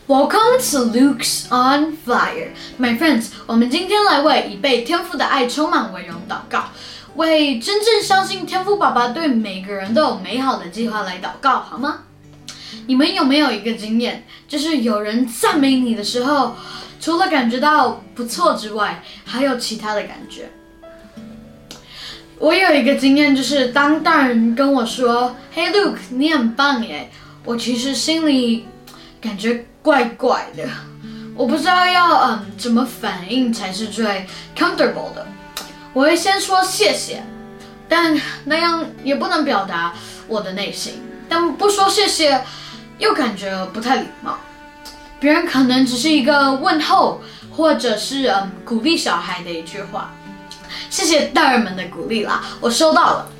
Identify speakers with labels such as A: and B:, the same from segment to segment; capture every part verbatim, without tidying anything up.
A: Welcome to Luke's on Fire, my friends. 我们今天来为已被天父的爱充满为荣祷告，为真正相信天父爸爸对每个人都有美好的计划来祷告，好吗？你们有没有一个经验，就是有人赞美你的时候，除了感觉到不错之外，还有其他的感觉？我有一个经验，就是当大人跟我说 "Hey Luke， 你很棒耶"，我其实心里感觉怪怪的，我不知道要嗯怎么反应才是最 comfortable 的。我会先说谢谢，但那样也不能表达我的内心。但不说谢谢，又感觉不太礼貌。别人可能只是一个问候，或者是嗯鼓励小孩的一句话。谢谢大人们的鼓励啦，我收到了。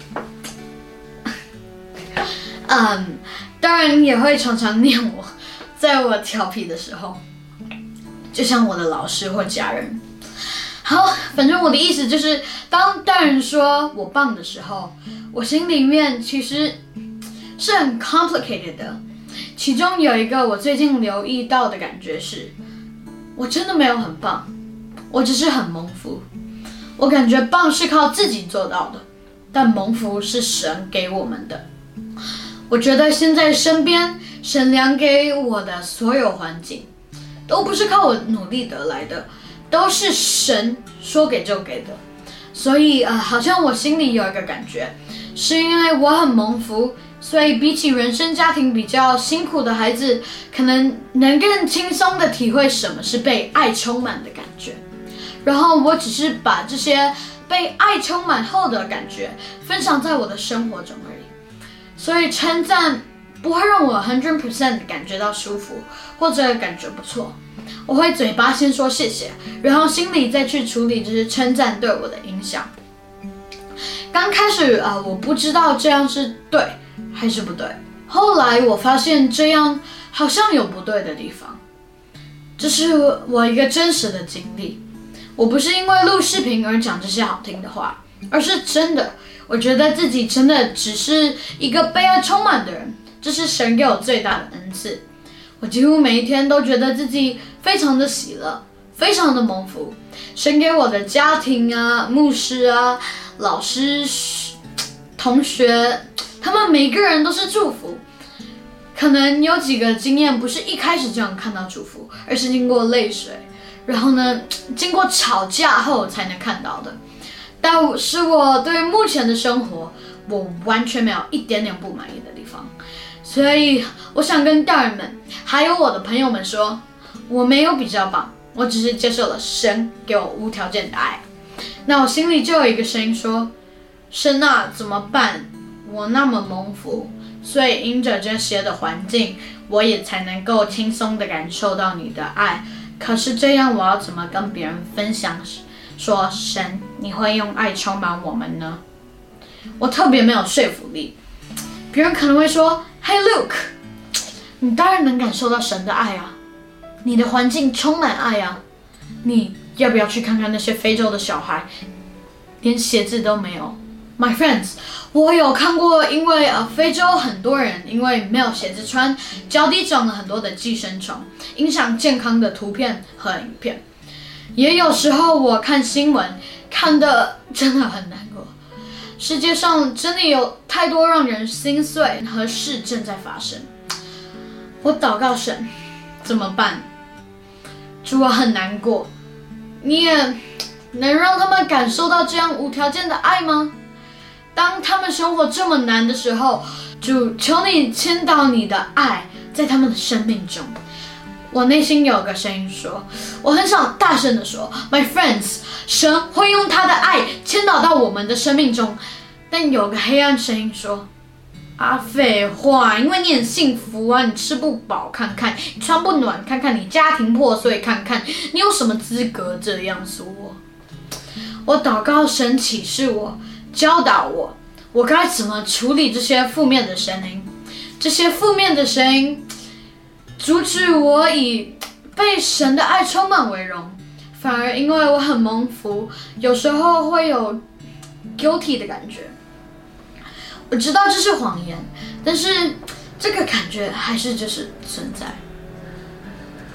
A: 嗯，当然也会常常念我，在我调皮的时候，就像我的老师或家人。好，反正我的意思就是，当大人说我棒的时候，我心里面其实是很 complicated 的。其中有一个我最近留意到的感觉是，我真的没有很棒，我只是很蒙福。我感觉棒是靠自己做到的，但蒙福是神给我们的。我觉得现在身边神量给我的所有环境，都不是靠我努力得来的，都是神说给就给的。所以呃，好像我心里有一个感觉，是因为我很蒙福，所以比起原生家庭比较辛苦的孩子，可能能更轻松的体会什么是被爱充满的感觉。然后我只是把这些被爱充满后的感觉分享在我的生活中而已。所以称赞不会让我百分之百感觉到舒服，或者感觉不错。我会嘴巴先说谢谢，然后心里再去处理这些称赞对我的影响。刚开始呃，我不知道这样是对还是不对，后来我发现这样好像有不对的地方。这是我一个真实的经历。我不是因为录视频而讲这些好听的话，而是真的，我觉得自己真的只是一个被爱充满的人，这是神给我最大的恩赐。我几乎每一天都觉得自己非常的喜乐，非常的蒙福。神给我的家庭啊、牧师啊、老师、同学，他们每个人都是祝福。可能有几个经验不是一开始就能看到祝福，而是经过泪水，然后呢，经过吵架后才能看到的。但是我对目前的生活，我完全没有一点点不满意的地方。所以我想跟大人们，还有我的朋友们说，我没有比较棒，我只是接受了神给我无条件的爱。那我心里就有一个声音说，神啊，怎么办？我那么蒙福，所以因着这些的环境，我也才能够轻松的感受到你的爱。可是这样我要怎么跟别人分享说神你会用爱充满我们呢？我特别没有说服力。别人可能会说 Hey Luke， 你当然能感受到神的爱啊，你的环境充满爱啊，你要不要去看看那些非洲的小孩，连鞋子都没有。 My friends， 我有看过因为呃非洲很多人因为没有鞋子穿，脚底长了很多的寄生虫，影响健康的图片和影片。也有时候我看新闻看得真的很难过，世界上真的有太多让人心碎和事正在发生。我祷告神，怎么办？主，我很难过，你也能让他们感受到这样无条件的爱吗？当他们生活这么难的时候，主，求你倾倒你的爱在他们的生命中。我内心有个声音说，我很想大声的说 My friends， 神会用他的爱倾倒到我们的生命中。但有个黑暗声音说，啊，废话，因为你很幸福啊，你吃不饱看看，你穿不暖看看，你家庭破碎看看，你有什么资格这样说我？我祷告神启示我，教导我，我该怎么处理这些负面的声音。这些负面的声音阻止我以被神的爱充满为荣，反而因为我很蒙福，有时候会有 guilty 的感觉。我知道这是谎言，但是这个感觉还是就是存在。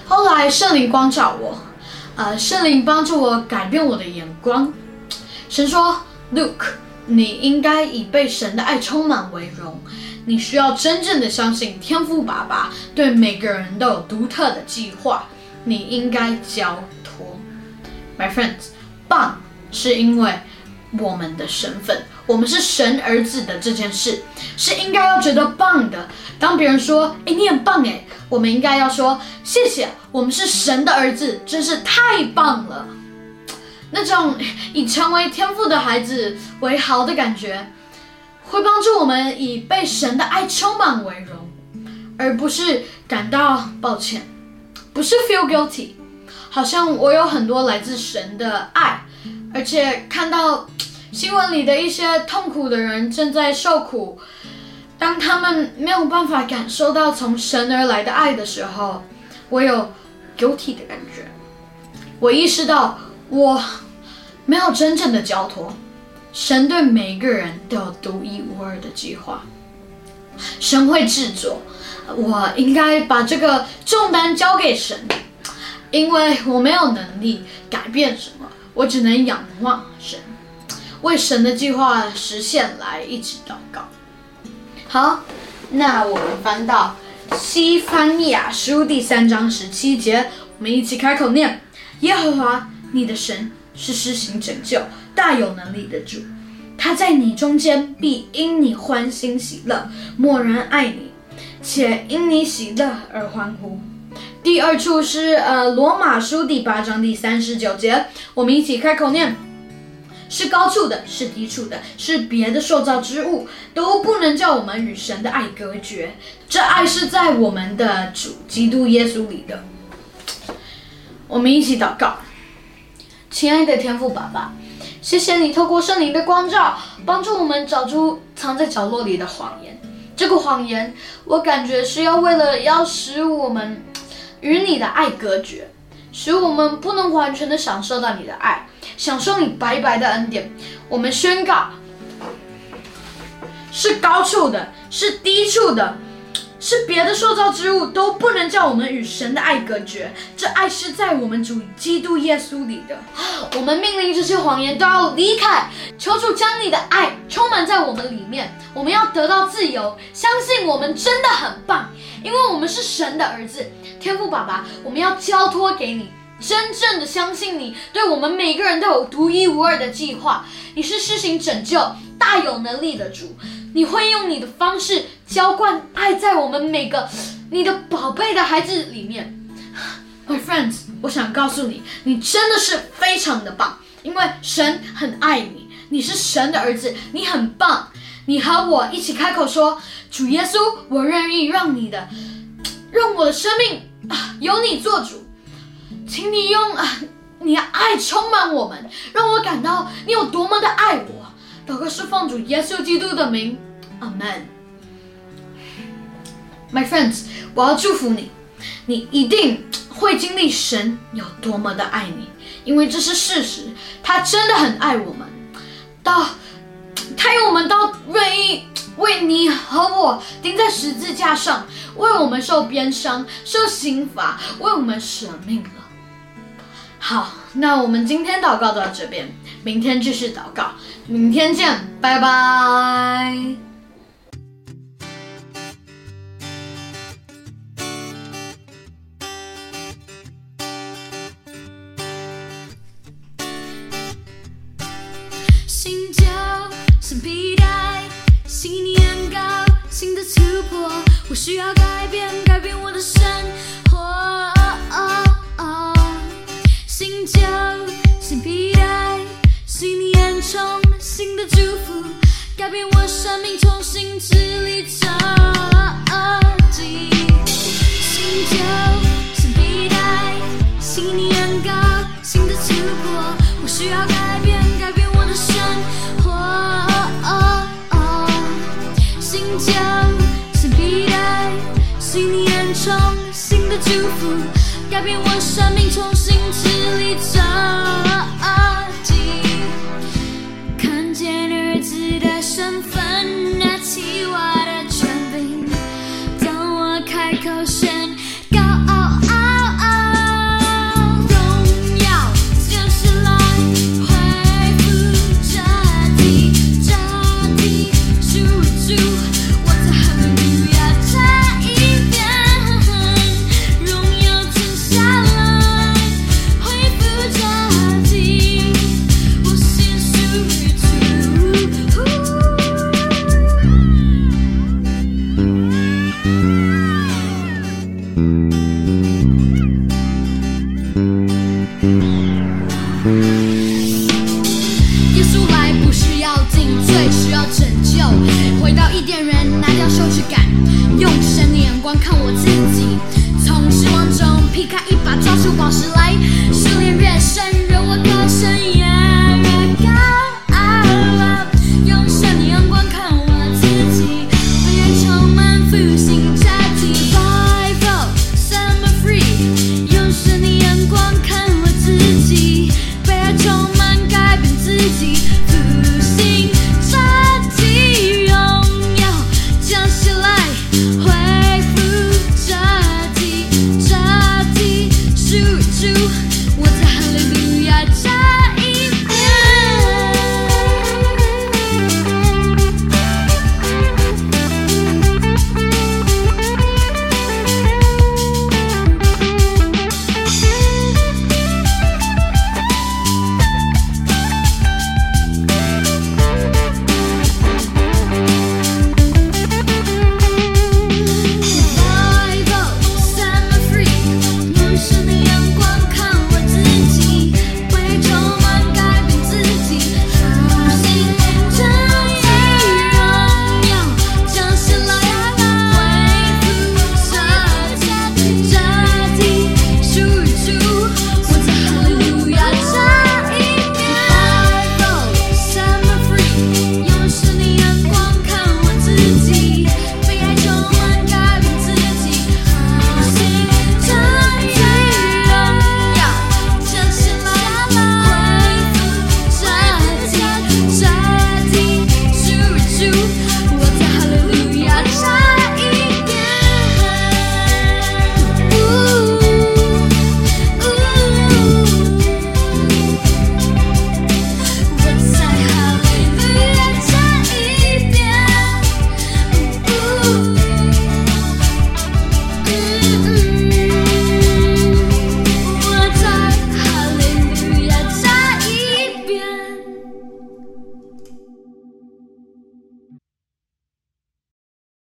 A: 后来圣灵光照我，呃，圣灵帮助我改变我的眼光。神说 ，Luke， 你应该以被神的爱充满为荣。你需要真正的相信天父爸爸对每个人都有独特的计划。你应该交托。My friends， 棒是因为我们的身份，我们是神儿子的这件事，是应该要觉得棒的。当别人说，哎，你很棒哎，我们应该要说，谢谢，我们是神的儿子，真是太棒了。那种以成为天父的孩子为豪的感觉，会帮助我们以被神的爱充满为荣，而不是感到抱歉，不是 feel guilty， 好像我有很多来自神的爱，而且看到新闻里的一些痛苦的人正在受苦，当他们没有办法感受到从神而来的爱的时候，我有 guilty 的感觉。我意识到我没有真正的交托，神对每一个人都有独一无二的计划，神会制作，我应该把这个重担交给神，因为我没有能力改变什么，我只能仰望神，为神的计划实现来一起祷告。好，那我们翻到西番雅书第三章十七节，我们一起开口念：耶和华你的神是施行拯救、大有能力的主，他在你中间必因你欢欣喜乐，默然爱你，且因你喜乐而欢呼。第二处是呃罗马书第八章第三十九节，我们一起开口念：是高处的，是低处的，是别的受造之物，都不能叫我们与神的爱隔绝。这爱是在我们的主基督耶稣里的。我们一起祷告。亲爱的天父爸爸，谢谢你透过圣灵的光照，帮助我们找出藏在角落里的谎言。这个谎言，我感觉是要为了要使我们与你的爱隔绝，使我们不能完全的享受到你的爱，享受你白白的恩典。我们宣告，是高处的，是低处的，是别的受造之物，都不能叫我们与神的爱隔绝。这爱是在我们主基督耶稣里的。我们命令这些谎言都要离开，求主将你的爱充满在我们里面。我们要得到自由，相信我们真的很棒，因为我们是神的儿子。天父爸爸，我们要交托给你，真正的相信你对我们每个人都有独一无二的计划。你是施行拯救、大有能力的主，你会用你的方式浇灌爱在我们每个你的宝贝的孩子里面。My friends， 我想告诉你，你真的是非常的棒，因为神很爱你，你是神的儿子，你很棒。你和我一起开口说：主耶稣，我愿意让你的，让我的生命啊由你做主，请你用啊你的爱充满我们，让我感到你有多么的爱我。祷告是奉主耶稣基督的名，阿们。My friends， 我要祝福你，你一定会经历神有多么的爱你，因为这是事实，他真的很爱我们，到他有我们到愿意为你和我钉在十字架上，为我们受鞭伤、受刑罚，为我们舍命了。好，那我们今天祷告到这边，明天继续祷告，明天见，拜拜。
B: 新旧新皮带，新年高，新的突破，我需要改变，改变我的生活。新旧新皮带，新年充新的祝福，改变我生命，重新治理着己。新旧新皮带，新年高，新的突破，我需要改变，改变我的生活。新旧新皮带，新年充新的祝福，改变我生命，重新治理着